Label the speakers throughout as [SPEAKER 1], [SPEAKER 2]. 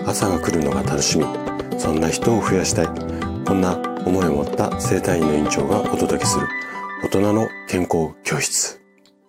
[SPEAKER 1] 朝が来るのが楽しみ、そんな人を増やしたい、こんな思いを持った整体院の院長がお届けする大人の健康教室。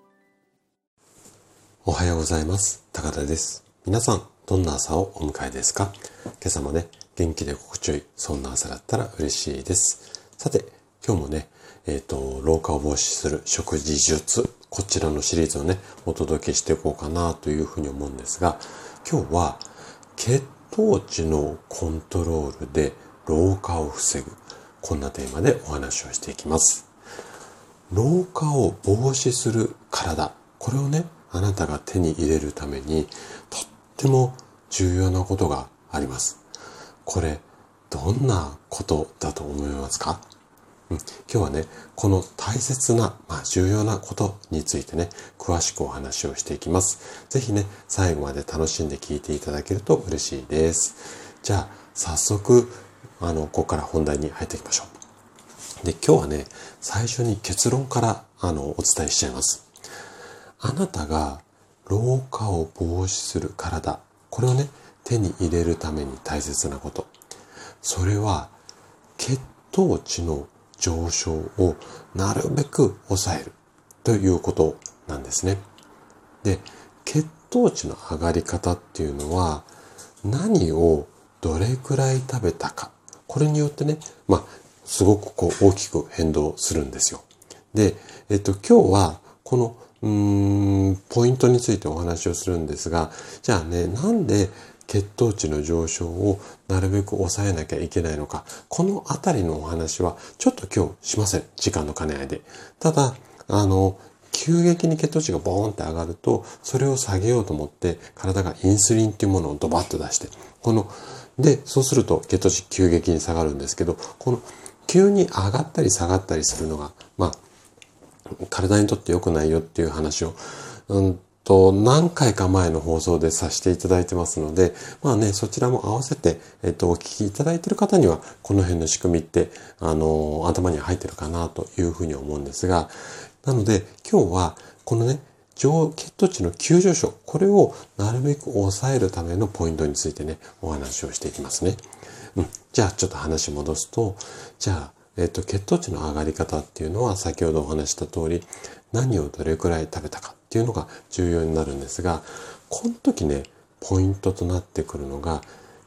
[SPEAKER 1] おはようございます。高田です。皆さんどんな朝をお迎えですか？今朝もね、元気で心地よい、そんな朝だったら嬉しいです。さて、今日もね、老化を防止する食事術、こちらのシリーズをね、お届けしていこうかなというふうに思うんですが、今日は血糖値のコントロールで老化を防ぐ、こんなテーマでお話をしていきます。老化を防止する体、これをね、あなたが手に入れるためにとっても重要なことがあります。これどんなことだと思いますか？今日はね、この大切な、重要なことについてね、詳しくお話をしていきます。ぜひね、最後まで楽しんで聞いていただけると嬉しいです。じゃあ、早速、ここから本題に入っていきましょう。で、今日はね、最初に結論から、お伝えしちゃいます。あなたが老化を防止する体、これをね、手に入れるために大切なこと。それは、血糖値の上昇をなるべく抑えるということなんですね。で、血糖値の上がり方っていうのは何をどれくらい食べたか、これによってね、すごく大きく変動するんですよ。で、今日はこのポイントについてお話をするんですが、じゃあね、なんで血糖値の上昇をなるべく抑えなきゃいけないのか。このあたりのお話はちょっと今日しません。時間の兼ね合いで。ただ、急激に血糖値がボーンって上がると、それを下げようと思って体がインスリンっていうものをドバッと出して、そうすると血糖値急激に下がるんですけど、この急に上がったり下がったりするのが、体にとって良くないよっていう話を、何回か前の放送でさせていただいてますので、そちらも合わせて、お聞きいただいている方には、この辺の仕組みって、頭に入ってるかなというふうに思うんですが、なので、今日は、このね、血糖値の急上昇、これをなるべく抑えるためのポイントについてね、お話をしていきますね。じゃあ、ちょっと話戻すと、じゃあ、血糖値の上がり方っていうのは先ほどお話した通り何をどれくらい食べたかっていうのが重要になるんですが、この時ね、ポイントとなってくるのが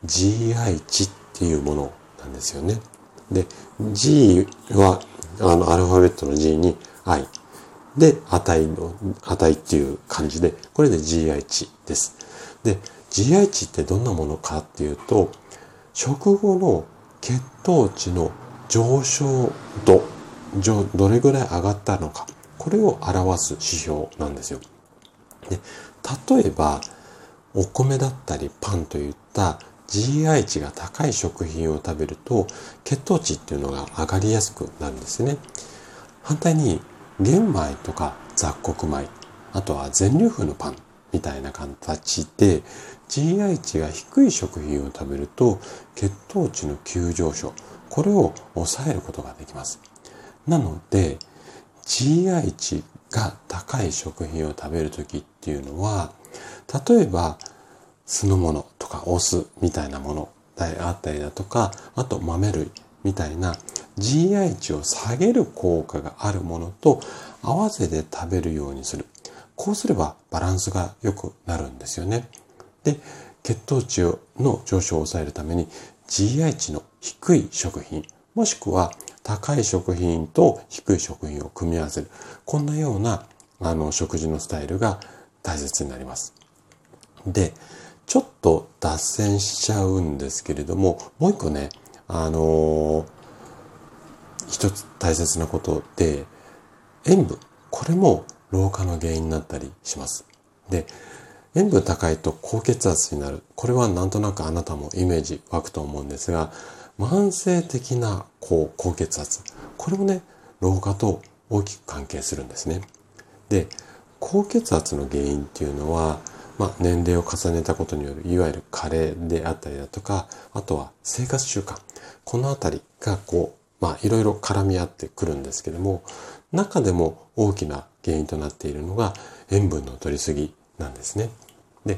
[SPEAKER 1] GI 値っていうものなんですよね。で、G はアルファベットの G に I で値っていう感じで、これで GI 値です。で、GI 値ってどんなものかっていうと、食後の血糖値の上昇度、どれぐらい上がったのか、これを表す指標なんですよ。で、例えば、お米だったりパンといった GI 値が高い食品を食べると、血糖値っていうのが上がりやすくなるんですね。反対に、玄米とか雑穀米、あとは全粒粉のパンみたいな形で、GI 値が低い食品を食べると、血糖値の急上昇、これを抑えることができます。なので、GI 値が高い食品を食べるときっていうのは、例えば酢の物とかお酢みたいなものであったりだとか、あと豆類みたいな GI 値を下げる効果があるものと合わせて食べるようにする。こうすればバランスが良くなるんですよね。で、血糖値の上昇を抑えるために GI 値の低い食品、もしくは高い食品と低い食品を組み合わせる。こんなような食事のスタイルが大切になります。で、ちょっと脱線しちゃうんですけれども、もう一個ね、一つ大切なことで、塩分。これも老化の原因になったりします。で、塩分高いと高血圧になる。これはなんとなくあなたもイメージ湧くと思うんですが、慢性的な高血圧。これもね、老化と大きく関係するんですね。で、高血圧の原因っていうのは、年齢を重ねたことによるいわゆる加齢であったりだとか、あとは生活習慣。このあたりがいろいろ絡み合ってくるんですけども、中でも大きな原因となっているのが塩分の摂りすぎなんですね。で、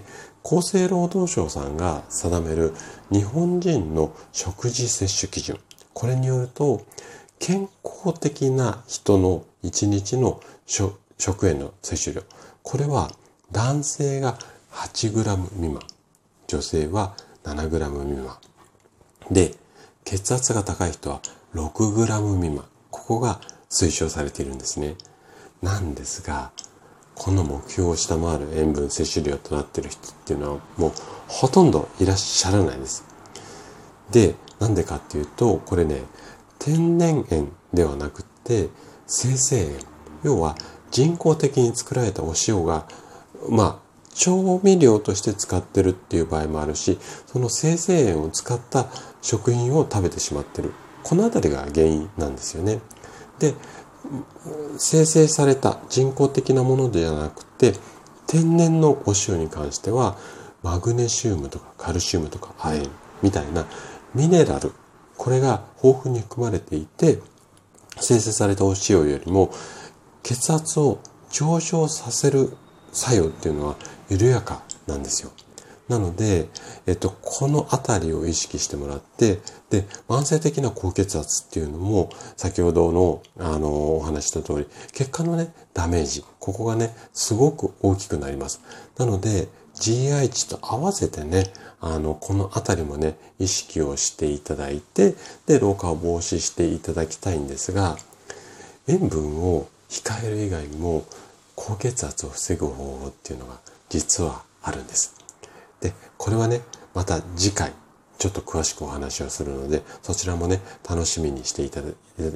[SPEAKER 1] 厚生労働省さんが定める日本人の食事摂取基準。これによると、健康的な人の1日の食塩の摂取量。これは男性が 8g 未満。女性は 7g 未満。で、血圧が高い人は 6g 未満。ここが推奨されているんですね。なんですが、この目標を下回る塩分摂取量となっている人っていうのはもうほとんどいらっしゃらないです。で、なんでかっていうと、これね、天然塩ではなくて生成塩。要は人工的に作られたお塩が、調味料として使ってるっていう場合もあるし、その生成塩を使った食品を食べてしまってる。このあたりが原因なんですよね。で、生成された人工的なものではなくて、天然のお塩に関しては、マグネシウムとかカルシウムとか亜鉛みたいなミネラル、これが豊富に含まれていて、生成されたお塩よりも血圧を上昇させる作用っていうのは緩やかなんですよ。なので、このあたりを意識してもらって、で、慢性的な高血圧っていうのも、先ほどの、お話した通り、血管のね、ダメージ、ここがね、すごく大きくなります。なので、GI 値と合わせてね、このあたりもね、意識をしていただいて、で、老化を防止していただきたいんですが、塩分を控える以外にも、高血圧を防ぐ方法っていうのが実はあるんです。で、これはね、また次回ちょっと詳しくお話をするので、そちらもね、楽しみにしていただ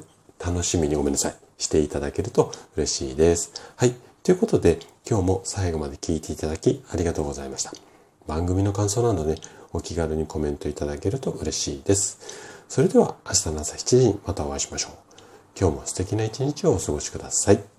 [SPEAKER 1] けると嬉しいです。はい。ということで、今日も最後まで聞いていただきありがとうございました。番組の感想などね、お気軽にコメントいただけると嬉しいです。それでは明日の朝7時にまたお会いしましょう。今日も素敵な一日をお過ごしください。